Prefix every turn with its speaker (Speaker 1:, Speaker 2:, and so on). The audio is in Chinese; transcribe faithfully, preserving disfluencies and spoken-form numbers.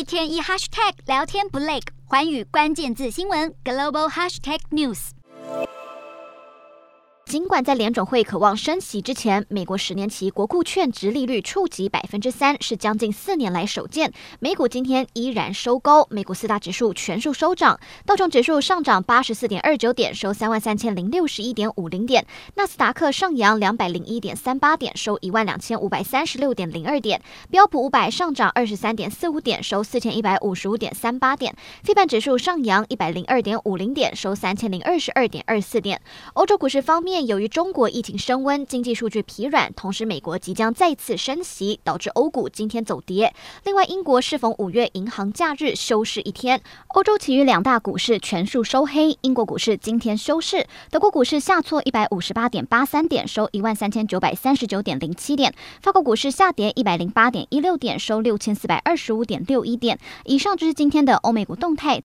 Speaker 1: 天一 hashtag 聊天不累，寰宇关键字新闻 global hashtag news。尽管在联准会渴望升息之前，美国十年期国库券殖利率触及百分之三，是将近四年来首见。美股今天依然收高，美股四大指数全数收涨，道琼指数上涨八十四点二九点，收三万三千零六十一点五零点；纳斯达克上扬两百零一点三八点，收一万两千五百三十六点零二点；标普五百上涨二十三点四五点，收四千一百五十五点三八点；费半指数上扬一百零二点五零点，收三千零二十二点二四点。欧洲股市方面，由于中国疫情升温，经济数据疲软，同时美国即将再次升息，导致欧股今天走跌。另外，英国适逢五月银行假日休市一天，欧洲其余两大股市全数收黑。英国股市今天休市，德国股市下挫一百五十八点八三点，收一万三千九百三十九点零七点；法国股市下跌一百零八点一六点，收六千四百二十五点六一点。以上就是今天的欧美股动态。